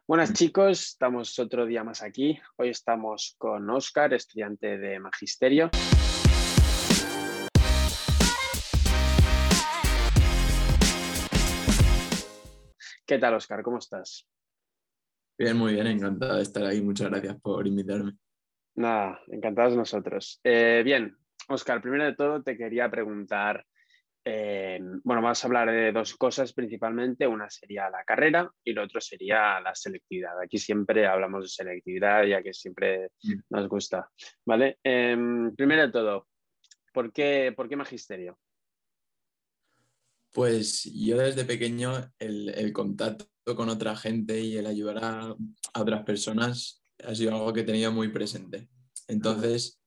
Buenas chicos, estamos otro día más aquí. Hoy estamos con Óscar, estudiante de Magisterio. ¿Qué tal, Óscar? ¿Cómo estás? Bien, muy bien, encantado de estar ahí. Muchas gracias por invitarme. Nada, encantados nosotros. Bien, Óscar, primero de todo te quería preguntar, vamos a hablar de dos cosas principalmente. Una sería la carrera y lo otro sería la selectividad. Aquí siempre hablamos de selectividad ya que siempre nos gusta, ¿vale? Primero de todo, ¿por qué Magisterio? Pues yo desde pequeño el contacto con otra gente y el ayudar a otras personas ha sido algo que he tenido muy presente. Ajá. Entonces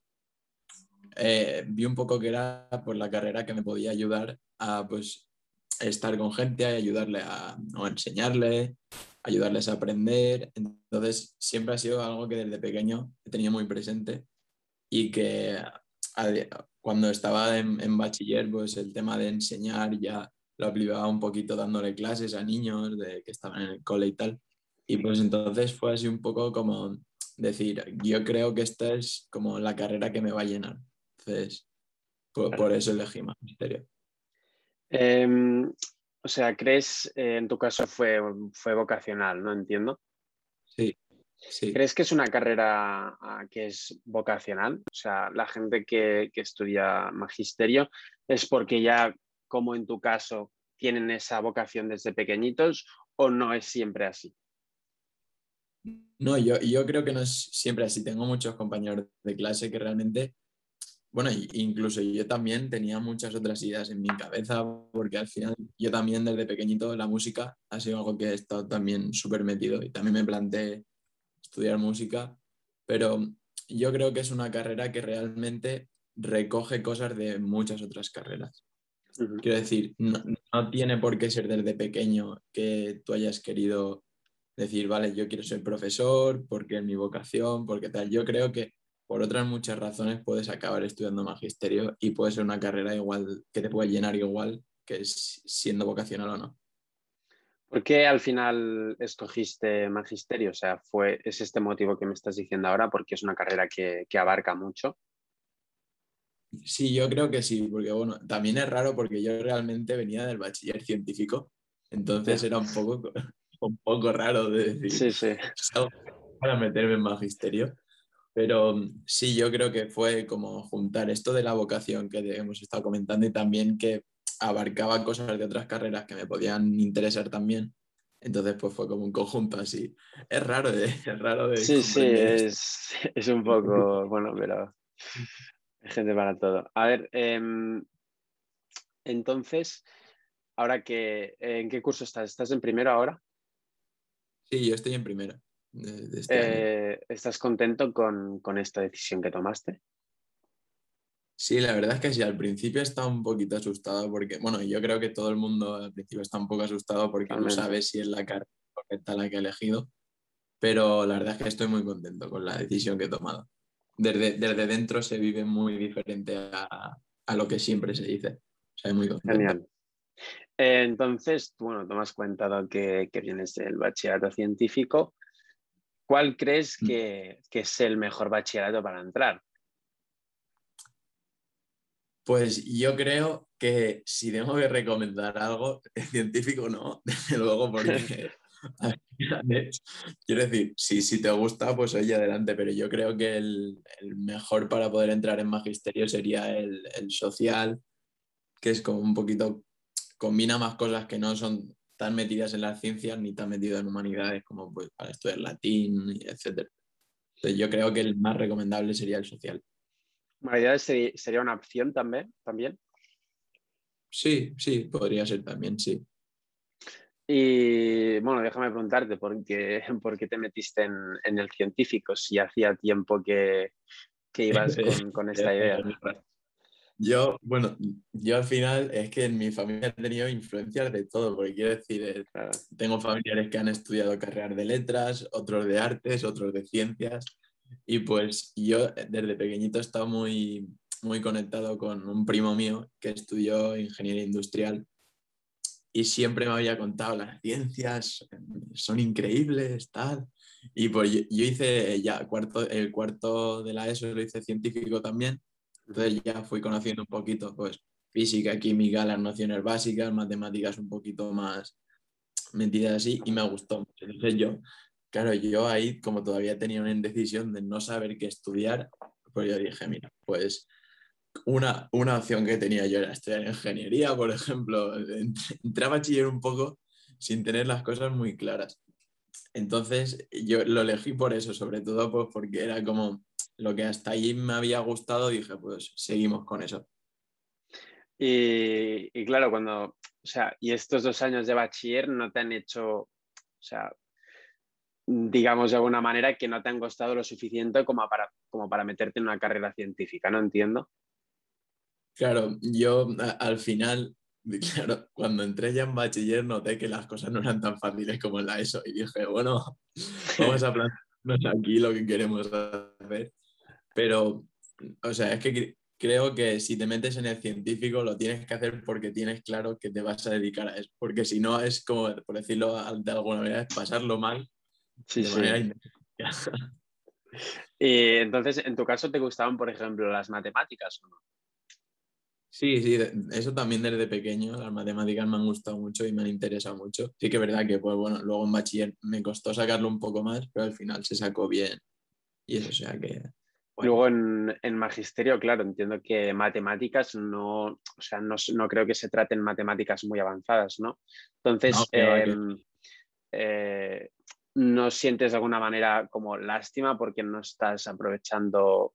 vi un poco que era por la carrera que me podía ayudar a pues estar con gente, a ayudarle o enseñarle, ayudarles a aprender. Entonces siempre ha sido algo que desde pequeño he tenido muy presente y que cuando estaba en bachiller, pues el tema de enseñar ya lo aplicaba un poquito dándole clases a niños que estaban en el cole y tal. Y pues entonces fue así un poco como decir, yo creo que esta es como la carrera que me va a llenar. Entonces, por eso elegí magisterio. Em, o sea, ¿crees, en tu caso fue vocacional, no entiendo? Sí, sí. ¿Crees que es una carrera que es vocacional? O sea, la gente que estudia magisterio es porque ya, como en tu caso, tienen esa vocación desde pequeñitos o no es siempre así. No, yo creo que no es siempre así. Tengo muchos compañeros de clase que realmente, bueno, incluso yo también tenía muchas otras ideas en mi cabeza, porque al final yo también desde pequeñito la música ha sido algo que he estado también súper metido y también me planteé estudiar música, pero yo creo que es una carrera que realmente recoge cosas de muchas otras carreras. Ujú. Quiero decir, no tiene por qué ser desde pequeño que tú hayas querido decir, vale, yo quiero ser profesor porque es mi vocación, porque tal. Yo creo que por otras muchas razones puedes acabar estudiando magisterio y puede ser una carrera igual que te puede llenar igual que siendo vocacional o no. ¿Por qué al final escogiste magisterio? O sea, ¿es este motivo que me estás diciendo ahora? Porque es una carrera que abarca mucho. Sí, yo creo que sí, porque bueno, también es raro porque yo realmente venía del bachiller científico, entonces Ya. era un poco raro de decir, Sí, sí. salgo para meterme en magisterio. Pero sí, yo creo que fue como juntar esto de la vocación que hemos estado comentando y también que abarcaba cosas de otras carreras que me podían interesar también. Entonces, pues fue como un conjunto así. Es raro de Sí, sí, comprender esto. es un poco, bueno, pero hay gente para todo. A ver, entonces, ahora ¿en qué curso estás? ¿Estás en primero ahora? Sí, yo estoy en primero de este año. ¿Estás contento con esta decisión que tomaste? Sí, la verdad es que sí, al principio estaba un poquito asustado porque, bueno, yo creo que todo el mundo al principio está un poco asustado porque no Totalmente. sabe si es la carrera correcta la que ha elegido, pero la verdad es que estoy muy contento con la decisión que he tomado. Desde dentro se vive muy diferente a lo que siempre se dice. O sea, muy contento. Genial. Entonces, bueno, tú me has contado que vienes del bachillerato científico. ¿Cuál crees que es el mejor bachillerato para entrar? Pues yo creo que si tengo que recomendar algo, el científico no, desde luego, porque quiero decir, si te gusta, pues oye, adelante, pero yo creo que el mejor para poder entrar en magisterio sería el social, que es como un poquito, combina más cosas que no son tan metidas en las ciencias ni tan metidas en humanidades como pues para estudiar latín, etcétera. Entonces yo creo que el más recomendable sería el social. Humanidades sería una opción también. Sí, sí, podría ser también, sí. Y bueno, déjame preguntarte por qué te metiste en el científico, si hacía tiempo que ibas con esta idea. Yo, bueno, yo al final es que en mi familia he tenido influencias de todo, porque quiero decir, Claro. tengo familiares que han estudiado carreras de letras, otros de artes, otros de ciencias, y pues yo desde pequeñito he estado muy conectado con un primo mío que estudió ingeniería industrial y siempre me había contado, las ciencias son increíbles, tal. Y pues yo hice ya el cuarto de la ESO lo hice científico también, entonces ya fui conociendo un poquito, pues, física, química, las nociones básicas, matemáticas un poquito más metidas así, y me gustó mucho. Entonces claro, yo ahí, como todavía tenía una indecisión de no saber qué estudiar, pues yo dije, mira, pues una opción que tenía yo era estudiar ingeniería, por ejemplo. Entré a bachiller un poco sin tener las cosas muy claras. Entonces yo lo elegí por eso, sobre todo pues porque era como lo que hasta ahí me había gustado, dije, pues seguimos con eso. Y claro, o sea, y estos 2 años de bachiller no te han hecho, o sea, digamos de alguna manera que no te han costado lo suficiente como para meterte en una carrera científica, ¿no? Entiendo. Claro, yo al final, claro, cuando entré ya en bachiller noté que las cosas no eran tan fáciles como en la ESO y dije, bueno, vamos a plantearnos aquí lo que queremos hacer. Pero, o sea, es que creo que si te metes en el científico lo tienes que hacer porque tienes claro que te vas a dedicar a eso, porque si no es como, por decirlo de alguna manera, es pasarlo mal Sí, de manera sí. innecesaria. Y entonces, ¿en tu caso te gustaban, por ejemplo, las matemáticas o no? Sí, sí, eso también desde pequeño, las matemáticas me han gustado mucho y me han interesado mucho. Sí que es verdad que, pues bueno, luego en bachiller me costó sacarlo un poco más, pero al final se sacó bien y eso, o sea que, bueno, Luego en magisterio, claro, entiendo que matemáticas no, o sea, no creo que se traten matemáticas muy avanzadas, ¿no? no, Entonces, que va, que eh, ¿no sientes de alguna manera como lástima porque no estás aprovechando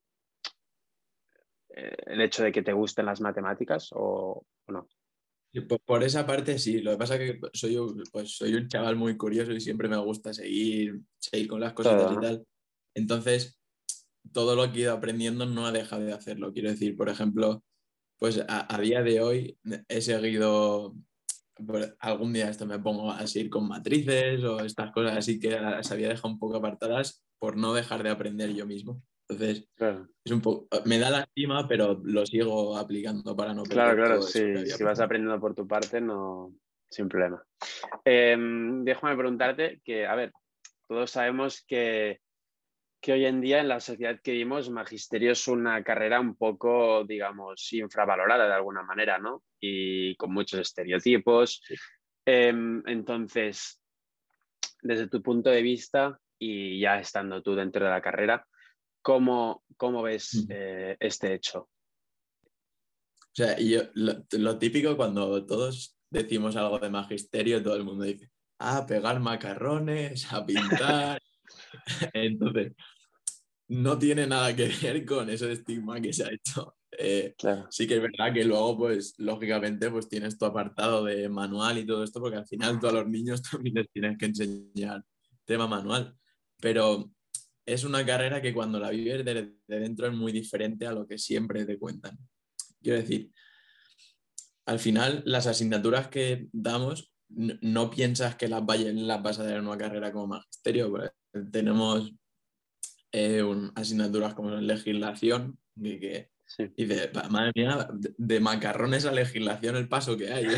el hecho de que te gusten las matemáticas o no? sí, por esa parte sí, lo que pasa es que pues soy un chaval muy curioso y siempre me gusta seguir con las cositas Todo, y ¿no? tal. Entonces, todo lo que he ido aprendiendo no ha dejado de hacerlo. Quiero decir, por ejemplo, pues a día de hoy he seguido, pues, algún día esto me pongo a seguir con matrices o estas cosas así que las había dejado un poco apartadas por no dejar de aprender yo mismo. Entonces, Claro, es un poco, me da lástima, pero lo sigo aplicando para no claro, perder claro, todo eso que sí, había si vas aprendido. aprendiendo por tu parte, no, sin problema. Déjame preguntarte que, a ver, todos sabemos que hoy en día en la sociedad que vivimos, magisterio es una carrera un poco, digamos, infravalorada de alguna manera, ¿no? Y con muchos estereotipos. Entonces, desde tu punto de vista y ya estando tú dentro de la carrera, ¿cómo ves este hecho? O sea, lo típico cuando todos decimos algo de magisterio, todo el mundo dice, pegar macarrones, a pintar. Entonces, no tiene nada que ver con ese estigma que se ha hecho. Claro, Sí que es verdad que luego, pues, lógicamente, pues tienes tu apartado de manual y todo esto, porque al final tú a los niños también les tienes que enseñar tema manual. Pero es una carrera que cuando la vives de dentro es muy diferente a lo que siempre te cuentan. Quiero decir, al final las asignaturas que damos no piensas que las vas a dar en una carrera como magisterio. Pues, tenemos asignaturas como legislación, sí. y de, madre mía, de macarrones a legislación el paso que hay.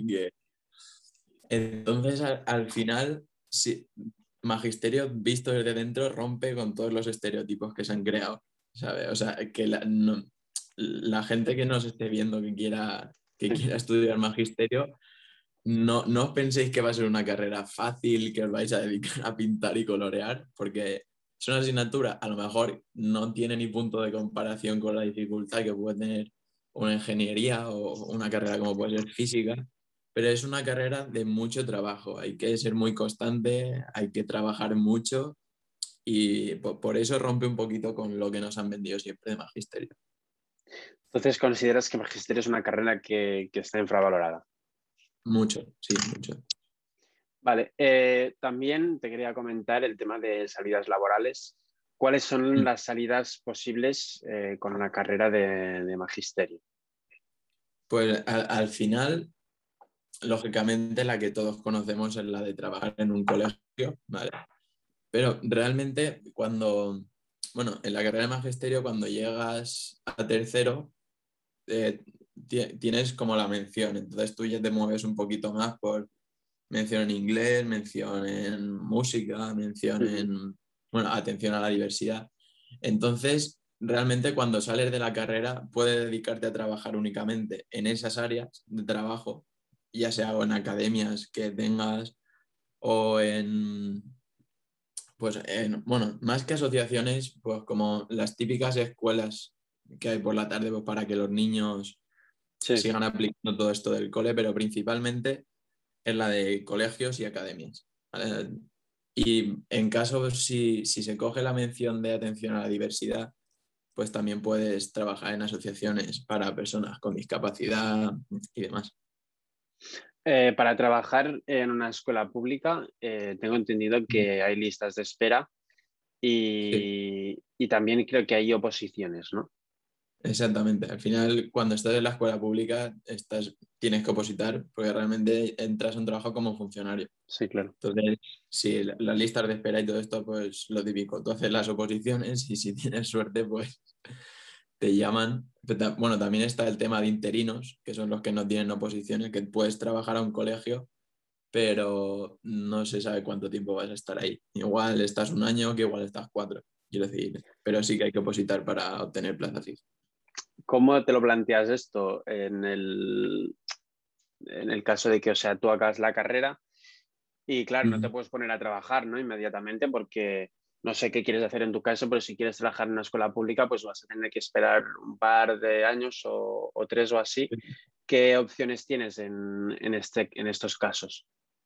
Entonces, al final, sí, magisterio visto desde dentro rompe con todos los estereotipos que se han creado, ¿sabes? O sea, que la gente que nos esté viendo que quiera estudiar magisterio, no os penséis que va a ser una carrera fácil, que os vais a dedicar a pintar y colorear, porque es una asignatura, a lo mejor no tiene ni punto de comparación con la dificultad que puede tener una ingeniería o una carrera como puede ser física, pero es una carrera de mucho trabajo, hay que ser muy constante, hay que trabajar mucho y por eso rompe un poquito con lo que nos han vendido siempre de magisterio. Entonces, ¿consideras que magisterio es una carrera que está infravalorada? Mucho, sí, mucho. Vale, también te quería comentar el tema de salidas laborales. ¿Cuáles son las salidas posibles con la carrera de magisterio? Pues al final, lógicamente, la que todos conocemos es la de trabajar en un colegio, ¿vale? Pero realmente bueno, en la carrera de magisterio, cuando llegas a tercero, tienes como la mención, entonces tú ya te mueves un poquito más por mención en inglés, mención en música, mención Ujú. en, bueno, atención a la diversidad. Entonces, realmente cuando sales de la carrera puedes dedicarte a trabajar únicamente en esas áreas de trabajo, ya sea o en academias que tengas o en, pues bueno, más que asociaciones, pues como las típicas escuelas que hay por la tarde, pues para que los niños Sí. sigan aplicando todo esto del cole, pero principalmente en la de colegios y academias. ¿Vale? Y en caso, si se coge la mención de atención a la diversidad, pues también puedes trabajar en asociaciones para personas con discapacidad y demás. Para trabajar en una escuela pública, tengo entendido que hay listas de espera Sí. y también creo que hay oposiciones, ¿no? Exactamente. Al final, cuando estás en la escuela pública, tienes que opositar porque realmente entras a un trabajo como funcionario. Sí, claro. Entonces, si las listas de espera y todo esto, pues lo típico. Tú haces las oposiciones y si tienes suerte, pues te llaman. Bueno, también está el tema de interinos, que son los que no tienen oposiciones, que puedes trabajar a un colegio, pero no se sabe cuánto tiempo vas a estar ahí. Igual estás un año, que igual estás 4, quiero decir. Pero sí que hay que opositar para obtener plaza fija. ¿Cómo te lo planteas esto en el caso de que, o sea, tú hagas la carrera y claro, no te Ujú. puedes poner a trabajar, ¿no? Inmediatamente porque no sé qué quieres hacer en tu caso, pero si quieres trabajar en una escuela pública, pues vas a tener que esperar un par de años o 3 o así. ¿Qué opciones tienes en estos casos?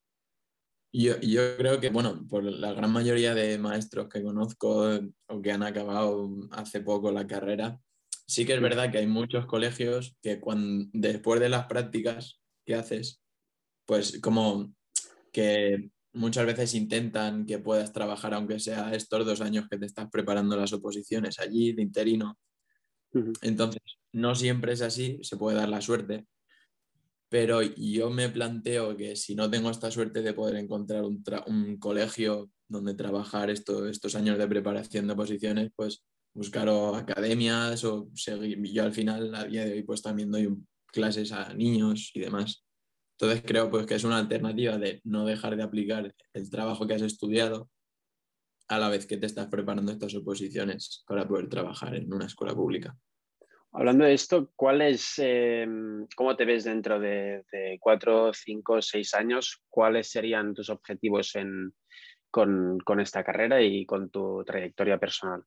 Yo creo que, bueno, por la gran mayoría de maestros que conozco o que han acabado hace poco la carrera, sí que es Mm. verdad que hay muchos colegios que después de las prácticas que haces, pues como que muchas veces intentan que puedas trabajar, aunque sea estos 2 años que te estás preparando las oposiciones allí de interino. Ujú. Entonces, no siempre es así, se puede dar la suerte, pero yo me planteo que si no tengo esta suerte de poder encontrar un colegio donde trabajar estos años de preparación de oposiciones, pues buscar o academias o seguir. Yo al final, a día de hoy, pues también doy clases a niños y demás. Entonces creo pues que es una alternativa de no dejar de aplicar el trabajo que has estudiado a la vez que te estás preparando estas oposiciones para poder trabajar en una escuela pública. Hablando de esto, ¿cómo te ves dentro de 4, 5, 6 años? ¿Cuáles serían tus objetivos con esta carrera y con tu trayectoria personal?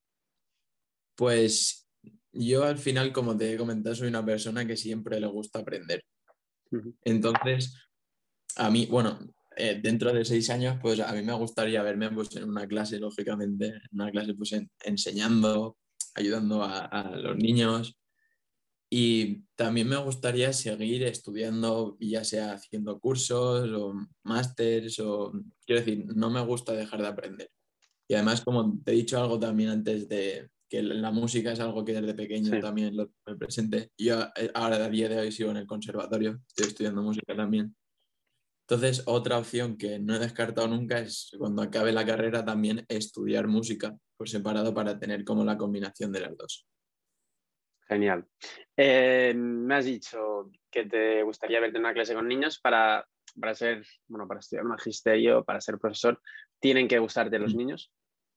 Pues yo al final, como te he comentado, soy una persona que siempre le gusta aprender. Ujú. Entonces, a mí, bueno, dentro de 6 años, pues a mí me gustaría verme pues, en una clase, lógicamente, en una clase pues enseñando, ayudando a los niños. Y también me gustaría seguir estudiando, ya sea haciendo cursos o másters, o quiero decir, no me gusta dejar de aprender. Y además, como te he dicho algo también antes de que la música es algo que desde pequeño Sí. también lo me presente. Yo ahora a día de hoy sigo en el conservatorio, estoy estudiando música también. Entonces, otra opción que no he descartado nunca es cuando acabe la carrera también estudiar música por separado para tener como la combinación de las dos. Genial. Me has dicho que te gustaría verte en una clase con niños para ser, bueno, para estudiar magisterio, para ser profesor, ¿tienen que gustarte los niños?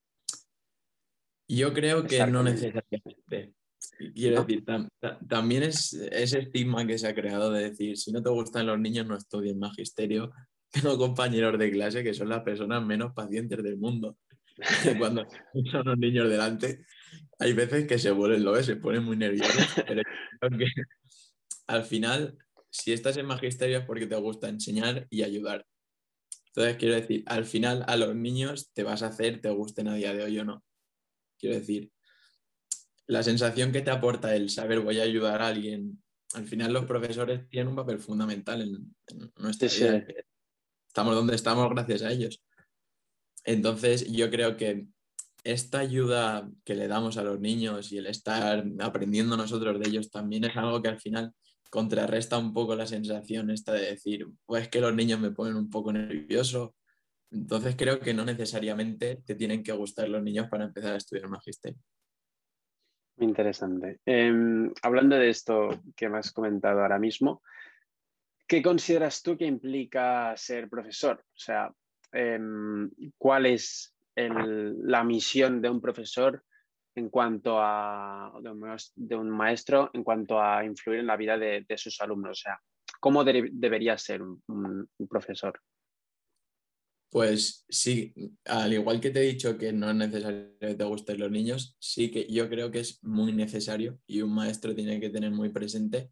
Yo creo que Estar no con ellos, necesariamente. Quiero ¿no? decir, también es ese estigma que se ha creado de decir, si no te gustan los niños, no estudies magisterio. Tengo compañeros de clase que son las personas menos pacientes del mundo. Cuando son los niños delante, hay veces que se vuelven locos, se ponen muy nerviosos, pero yo creo que al final, si estás en magisterio es porque te gusta enseñar y ayudar. Entonces, quiero decir, al final a los niños te vas a hacer, te gusten a día de hoy o no. Quiero decir, la sensación que te aporta el saber voy a ayudar a alguien, al final los profesores tienen un papel fundamental en Sí, nuestra sí. vida. Estamos donde estamos gracias a ellos. Entonces, yo creo que esta ayuda que le damos a los niños y el estar aprendiendo nosotros de ellos también es algo que al final contrarresta un poco la sensación esta de decir, pues que los niños me ponen un poco nervioso. Entonces creo que no necesariamente te tienen que gustar los niños para empezar a estudiar magisterio. Muy interesante. Hablando de esto que me has comentado ahora mismo, ¿qué consideras tú que implica ser profesor? O sea, ¿cuál es la misión de un profesor en cuanto a, de un maestro en cuanto a influir en la vida de sus alumnos? O sea, ¿cómo debería ser un profesor? Pues sí, al igual que te he dicho que no es necesario que te gusten los niños, sí que yo creo que es muy necesario y un maestro tiene que tener muy presente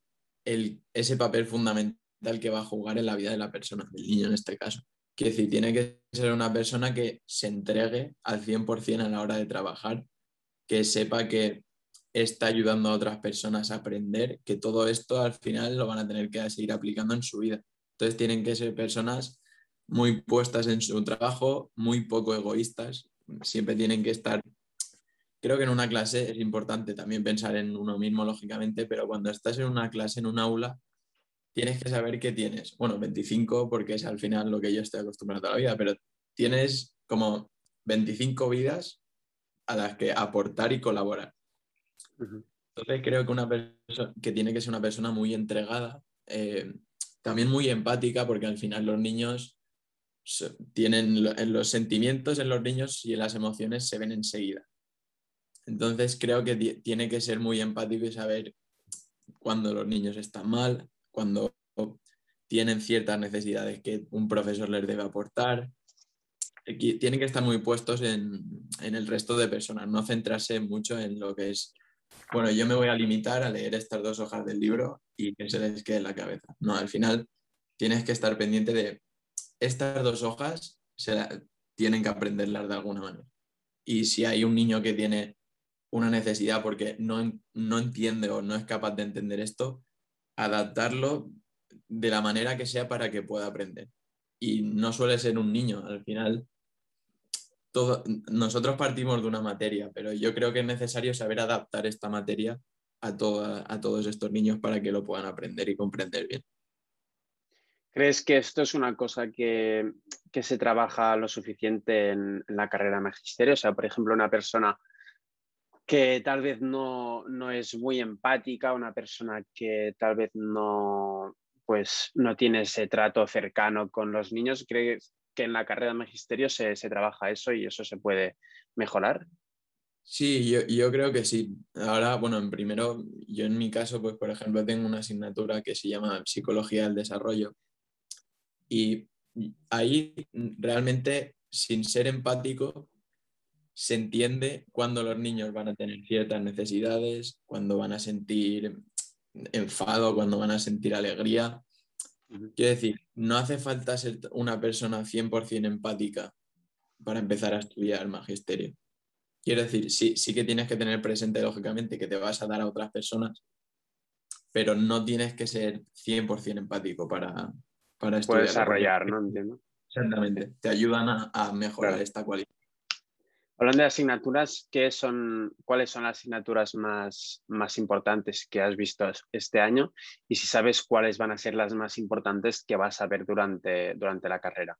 ese papel fundamental que va a jugar en la vida de la persona, del niño en este caso. Quiere decir, tiene que ser una persona que se entregue al 100% a la hora de trabajar, que sepa que está ayudando a otras personas a aprender, que todo esto al final lo van a tener que seguir aplicando en su vida. Entonces tienen que ser personas muy puestas en su trabajo, muy poco egoístas, siempre tienen que estar. Creo que en una clase es importante también pensar en uno mismo, lógicamente, pero cuando estás en una clase, en un aula, tienes que saber qué tienes. Bueno, 25 porque es al final lo que yo estoy acostumbrado a la vida, pero tienes como 25 vidas a las que aportar y colaborar. Ujú. Entonces creo que una persona que tiene que ser una persona muy entregada, también muy empática, porque al final los niños tienen en los sentimientos en los niños y en las emociones se ven enseguida. Entonces creo que tiene que ser muy empático y saber cuando los niños están mal, cuando tienen ciertas necesidades que un profesor les debe aportar. Tienen que estar muy puestos en el resto de personas, no centrarse mucho en lo que es, bueno, yo me voy a limitar a leer estas 2 hojas del libro y que se les quede en la cabeza. No, al final tienes que estar pendiente de estas 2 hojas, tienen que aprenderlas de alguna manera. Y si hay un niño que tiene una necesidad porque no entiende o no es capaz de entender esto, adaptarlo de la manera que sea para que pueda aprender. Y no suele ser un niño, al final nosotros partimos de una materia, pero yo creo que es necesario saber adaptar esta materia a todos estos niños para que lo puedan aprender y comprender bien. ¿Crees que esto es una cosa que se trabaja lo suficiente en la carrera de magisterio? O sea, por ejemplo, una persona que tal vez no es muy empática, una persona que tal vez pues, no tiene ese trato cercano con los niños. ¿Crees que en la carrera de magisterio se trabaja eso y eso se puede mejorar? Sí, yo creo que sí. Ahora, bueno, en primero, yo en mi caso, pues por ejemplo, tengo una asignatura que se llama Psicología del Desarrollo y ahí realmente, sin ser empático, se entiende cuándo los niños van a tener ciertas necesidades, cuándo van a sentir enfado, cuándo van a sentir alegría. Ujú. Quiero decir, no hace falta ser una persona 100% empática para empezar a estudiar magisterio. Quiero decir, sí que tienes que tener presente, lógicamente, que te vas a dar a otras personas, pero no tienes que ser 100% empático para Puede estudiarlo, porque desarrollar, ¿no? Entiendo. Sí, exactamente te ayudan a mejorar claro. esta cualidad. Hablando de asignaturas, ¿cuáles son las asignaturas más importantes que has visto este año? Y si sabes cuáles van a ser las más importantes que vas a ver durante la carrera.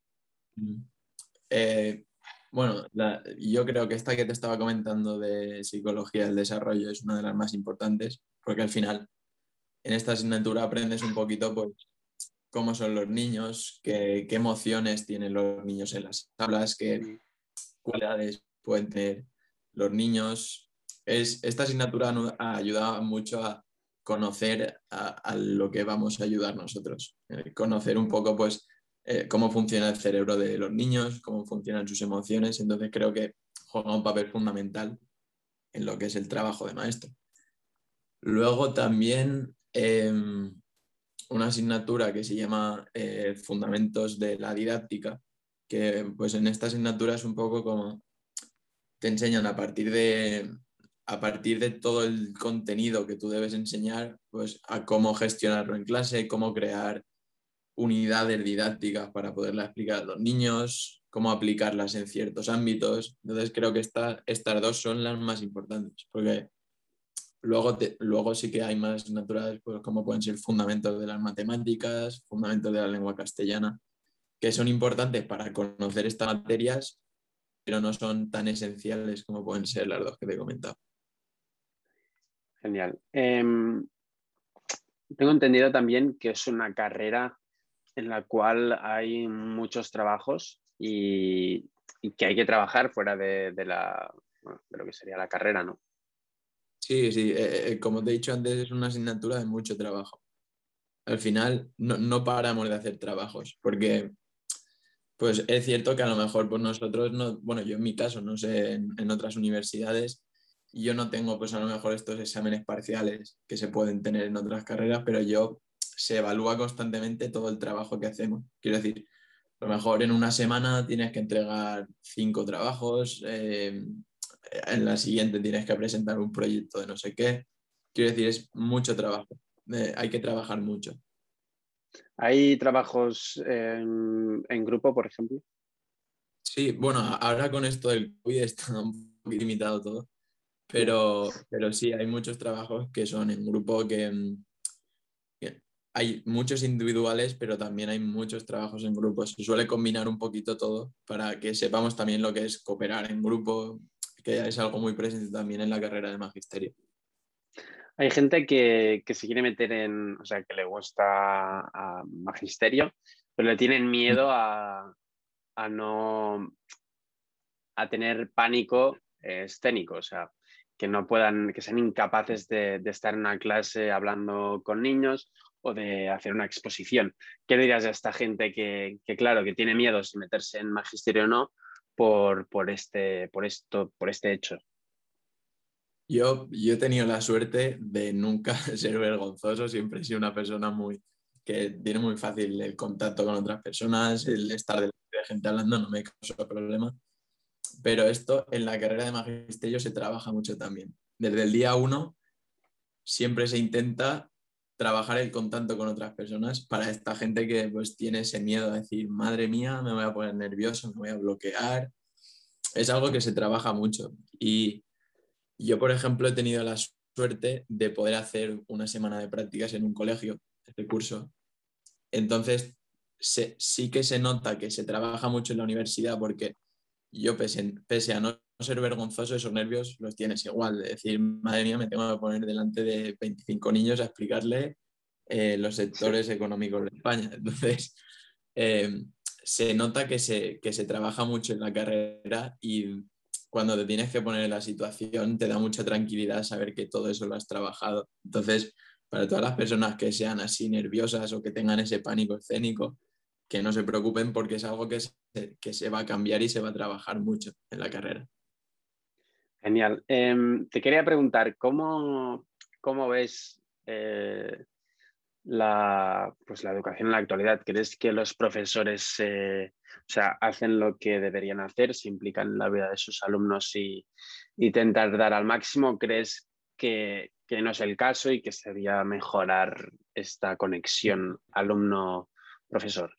Eh, bueno, yo creo que esta que te estaba comentando de psicología del desarrollo es una de las más importantes, porque al final en esta asignatura aprendes un poquito pues, cómo son los niños, qué emociones tienen los niños en las aulas, qué Mm. cualidades pueden tener los niños. Esta asignatura ayuda mucho a conocer a lo que vamos a ayudar nosotros, conocer un poco pues cómo funciona el cerebro de los niños, cómo funcionan sus emociones. Entonces creo que juega un papel fundamental en lo que es el trabajo de maestro. Luego también una asignatura que se llama Fundamentos de la Didáctica, que pues en esta asignatura es un poco como te enseñan a partir de todo el contenido que tú debes enseñar, pues a cómo gestionarlo en clase, cómo crear unidades didácticas para poderlas explicar a los niños, cómo aplicarlas en ciertos ámbitos. Entonces creo que estas dos son las más importantes, porque luego sí que hay más naturales, pues como pueden ser fundamentos de las matemáticas, fundamentos de la lengua castellana, que son importantes para conocer estas materias, pero no son tan esenciales como pueden ser las dos que te he comentado. Genial. Tengo entendido también que es una carrera en la cual hay muchos trabajos y que hay que trabajar fuera bueno, de lo que sería la carrera, ¿no? Sí, sí, como te he dicho antes, es una asignatura de mucho trabajo. Al final no paramos de hacer trabajos, porque pues es cierto que a lo mejor pues nosotros, no, bueno, yo en mi caso, no sé, en otras universidades, yo no tengo pues a lo mejor estos exámenes parciales que se pueden tener en otras carreras, pero yo se evalúa constantemente todo el trabajo que hacemos. Quiero decir, a lo mejor en una semana tienes que entregar 5 trabajos, en la siguiente tienes que presentar un proyecto de no sé qué. Quiero decir, es mucho trabajo, hay que trabajar mucho. ¿Hay trabajos en grupo, por ejemplo? Sí, bueno, ahora con esto del COVID está un poco limitado todo, Ya. pero sí, hay muchos trabajos que son en grupo, que hay muchos individuales, pero también hay muchos trabajos en grupo. Se suele combinar un poquito todo para que sepamos también lo que es cooperar en grupo, que es algo muy presente también en la carrera de magisterio. Hay gente que se quiere meter o sea, que le gusta a magisterio, pero le tienen miedo a no, a tener pánico escénico, o sea, que no puedan, que sean incapaces de estar en una clase hablando con niños o de hacer una exposición. ¿Qué dirías a esta gente claro, que tiene miedo si meterse en magisterio o no por este hecho? Yo he tenido la suerte de nunca ser vergonzoso, siempre he sido una persona que tiene muy fácil el contacto con otras personas, el estar delante de gente hablando no me causa problema, pero esto en la carrera de magisterio se trabaja mucho también. Desde el día uno siempre se intenta trabajar el contacto con otras personas para esta gente que pues tiene ese miedo a decir, madre mía, me voy a poner nervioso, me voy a bloquear. Es algo que se trabaja mucho y yo, por ejemplo, he tenido la suerte de poder hacer una semana de prácticas en un colegio, este curso. Entonces, sí que se nota que se trabaja mucho en la universidad porque yo, pese a no ser vergonzoso, esos nervios los tienes igual. De decir, madre mía, me tengo que poner delante de 25 niños a explicarle los Sí. sectores económicos de España. Entonces, eh, se nota que se trabaja mucho en la carrera y cuando te tienes que poner en la situación te da mucha tranquilidad saber que todo eso lo has trabajado. Entonces, para todas las personas que sean así nerviosas o que tengan ese pánico escénico, que no se preocupen porque es algo que se va a cambiar y se va a trabajar mucho en la carrera. Genial. Te quería preguntar, cómo ves pues la educación en la actualidad? ¿Crees que los profesores o sea, hacen lo que deberían hacer, se implican en la vida de sus alumnos y intentar dar al máximo? ¿Crees que no es el caso y que sería mejorar esta conexión alumno-profesor?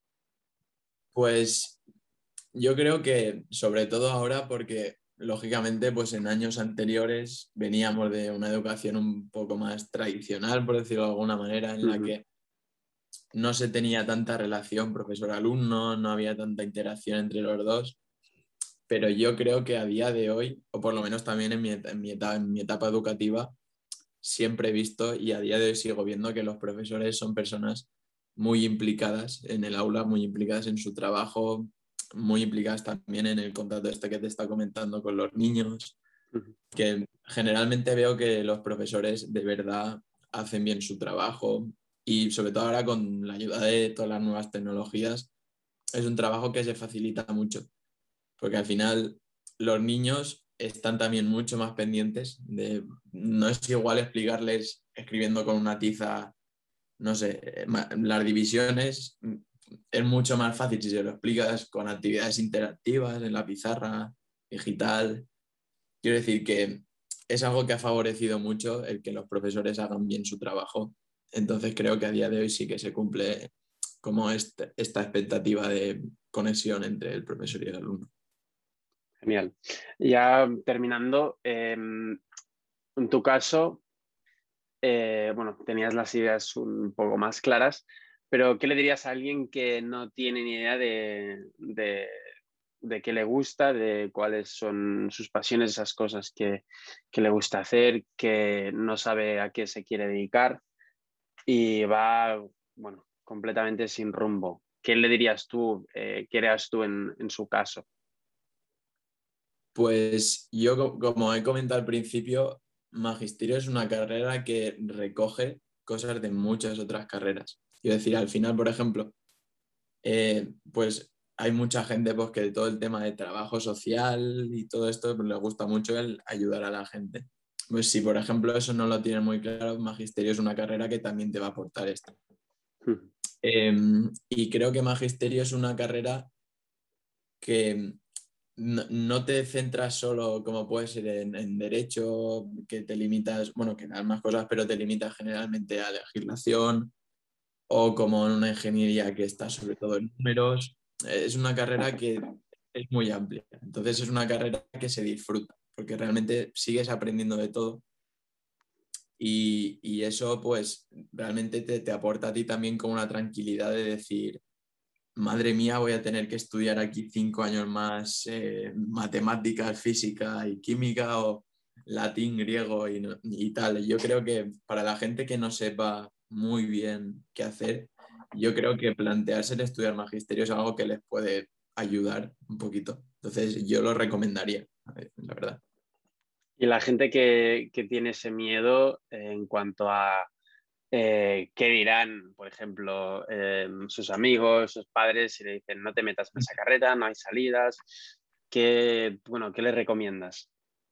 Pues yo creo que sobre todo ahora porque lógicamente pues en años anteriores veníamos de una educación un poco más tradicional, por decirlo de alguna manera, en la Ujú. que no se tenía tanta relación profesor-alumno, no había tanta interacción entre los dos, pero yo creo que a día de hoy, o por lo menos también en mi etapa educativa, siempre he visto y a día de hoy sigo viendo que los profesores son personas muy implicadas en el aula, muy implicadas en su trabajo, muy implicadas también en el contacto este que te está comentando con los niños, Ujú. que generalmente veo que los profesores de verdad hacen bien su trabajo y sobre todo ahora con la ayuda de todas las nuevas tecnologías es un trabajo que se facilita mucho, porque al final los niños están también mucho más pendientes de, no es igual explicarles escribiendo con una tiza, no sé, las divisiones, es mucho más fácil si se lo explicas con actividades interactivas en la pizarra digital. Quiero decir que es algo que ha favorecido mucho el que los profesores hagan bien su trabajo. Entonces creo que a día de hoy sí que se cumple como esta expectativa de conexión entre el profesor y el alumno. Genial. Ya terminando, en tu caso, bueno, tenías las ideas un poco más claras, pero ¿qué le dirías a alguien que no tiene ni idea de qué le gusta, de cuáles son sus pasiones, esas cosas que le gusta hacer, que no sabe a qué se quiere dedicar y va, bueno, completamente sin rumbo. ¿Qué le dirías tú, qué harías tú en su caso? Pues yo, como he comentado al principio, magisterio es una carrera que recoge cosas de muchas otras carreras. Quiero decir, al final, por ejemplo, pues hay mucha gente pues, que todo el tema de trabajo social y todo esto pues, le gusta mucho el ayudar a la gente. Pues si, por ejemplo, eso no lo tienes muy claro, magisterio es una carrera que también te va a aportar esto. Y creo que magisterio es una carrera que no te centras solo como puede ser en derecho, que te limitas, bueno, que dan más cosas, pero te limitas generalmente a legislación o como en una ingeniería que está sobre todo en números. Es una carrera que es muy amplia. Entonces es una carrera que se disfruta, porque realmente sigues aprendiendo de todo. Y eso pues realmente te aporta a ti también como una tranquilidad de decir, madre mía, voy a tener que estudiar aquí 5 años más matemáticas, física y química o latín, griego y tal. Yo creo que para la gente que no sepa muy bien qué hacer, yo creo que plantearse el estudiar magisterio es algo que les puede ayudar un poquito. Entonces, yo lo recomendaría, la verdad. Y la gente que tiene ese miedo en cuanto a qué dirán, por ejemplo, sus amigos, sus padres, si le dicen no te metas en esa carrera, no hay salidas, bueno, ¿qué le recomiendas?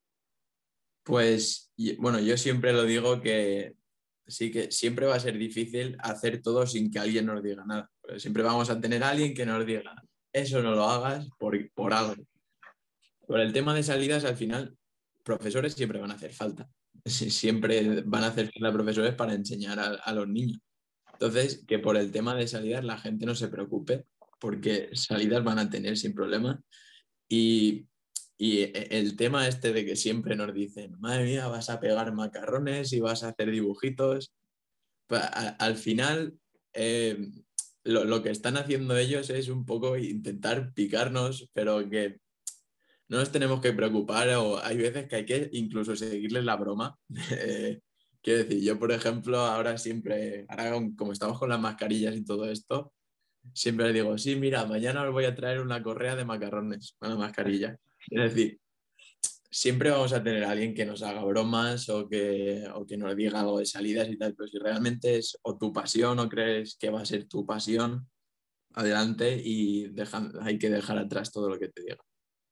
Pues bueno, yo siempre lo digo que sí que siempre va a ser difícil hacer todo sin que alguien nos diga nada. Pero siempre vamos a tener a alguien que nos diga, eso no lo hagas por algo. Por el tema de salidas, al final, profesores siempre van a hacer falta. Siempre van a hacer falta profesores para enseñar a los niños. Entonces, que por el tema de salidas la gente no se preocupe, porque salidas van a tener sin problema. Y, el tema este de que siempre nos dicen, madre mía, vas a pegar macarrones y vas a hacer dibujitos. Al final, eh, lo que están haciendo ellos es un poco intentar picarnos, pero que no nos tenemos que preocupar o hay veces que hay que incluso seguirles la broma. Quiero decir, yo por ejemplo, ahora siempre, ahora como estamos con las mascarillas y todo esto, siempre les digo, sí, mira, mañana os voy a traer una correa de macarrones, una mascarilla. Es decir, siempre vamos a tener a alguien que nos haga bromas o que nos diga algo de salidas y tal, pero si realmente es o tu pasión o crees que va a ser tu pasión, adelante y hay que dejar atrás todo lo que te diga.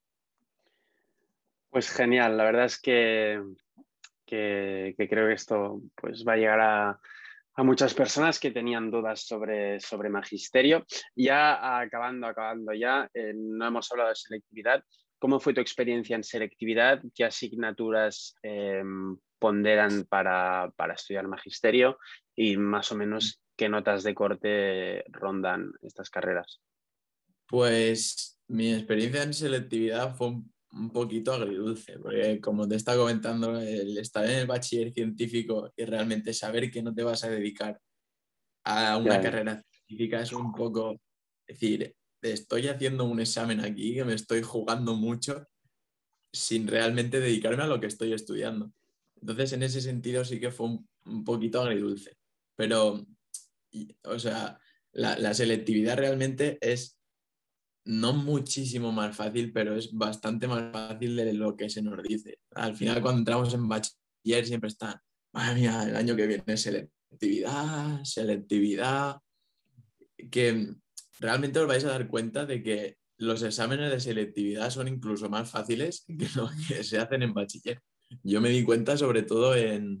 Pues genial, la verdad es que creo que esto pues, va a llegar a muchas personas que tenían dudas sobre magisterio. Ya acabando ya, no hemos hablado de selectividad. ¿Cómo fue tu experiencia en selectividad? ¿Qué asignaturas ponderan para estudiar magisterio? Y más o menos, ¿qué notas de corte rondan estas carreras? Pues mi experiencia en selectividad fue un poquito agridulce, porque como te estaba comentando, el estar en el bachiller científico y realmente saber que no te vas a dedicar a una Ya, carrera científica es un poco, decir, estoy haciendo un examen aquí que me estoy jugando mucho sin realmente dedicarme a lo que estoy estudiando. Entonces, en ese sentido sí que fue un poquito agridulce. Pero, o sea, la selectividad realmente es no muchísimo más fácil, pero es bastante más fácil de lo que se nos dice. Al final, cuando entramos en bachiller, siempre está, madre mía, el año que viene selectividad, selectividad, que realmente os vais a dar cuenta de que los exámenes de selectividad son incluso más fáciles que los que se hacen en bachiller. Yo me di cuenta sobre todo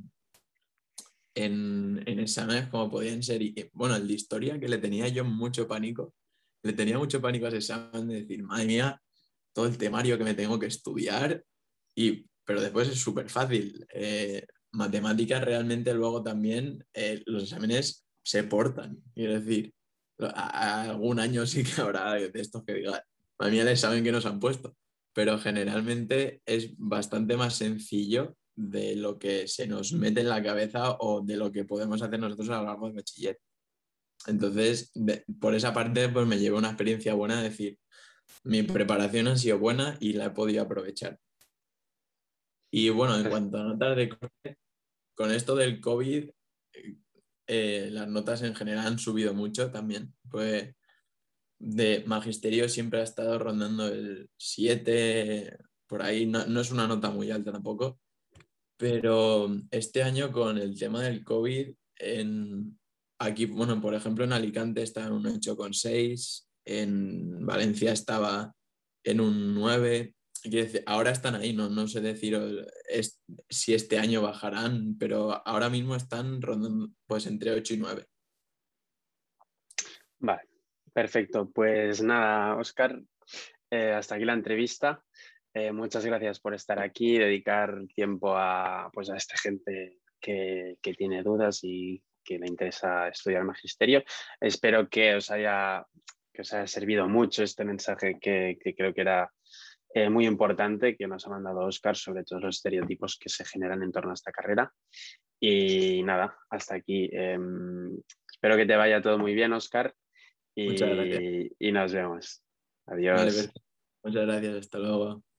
en exámenes como podían ser, bueno, el de historia, que le tenía yo mucho pánico. Le tenía mucho pánico a ese examen de decir, madre mía, todo el temario que me tengo que estudiar, pero después es súper fácil. Matemáticas realmente luego también los exámenes se portan. Quiero decir, algún año sí que habrá de estos que diga, madre mía, el examen que nos han puesto. Pero generalmente es bastante más sencillo de lo que se nos mete en la cabeza o de lo que podemos hacer nosotros a lo largo del bachiller. Entonces, por esa parte, pues me llevé una experiencia buena de decir, mi preparación ha sido buena y la he podido aprovechar. Y bueno, en cuanto a notas de corte, con esto del COVID, las notas en general han subido mucho también. Pues de magisterio siempre ha estado rondando el 7 por ahí, no es una nota muy alta tampoco, pero este año con el tema del COVID, aquí, bueno, por ejemplo en Alicante está en un 8,6, en Valencia estaba en un 9. Quiero decir, ahora están ahí, no sé decir si este año bajarán, pero ahora mismo están rondando pues entre 8 y 9. Vale, perfecto. Pues nada, Óscar, hasta aquí la entrevista. Muchas gracias por estar aquí y dedicar tiempo a, pues a esta gente que tiene dudas y que le interesa estudiar magisterio. Espero que os haya servido mucho este mensaje que creo que era muy importante que nos ha mandado Óscar sobre todos los estereotipos que se generan en torno a esta carrera. Y nada, hasta aquí. Espero que te vaya todo muy bien, Óscar, Muchas gracias. y nos vemos. Vale, Adiós. perfecto. Muchas gracias. Hasta luego.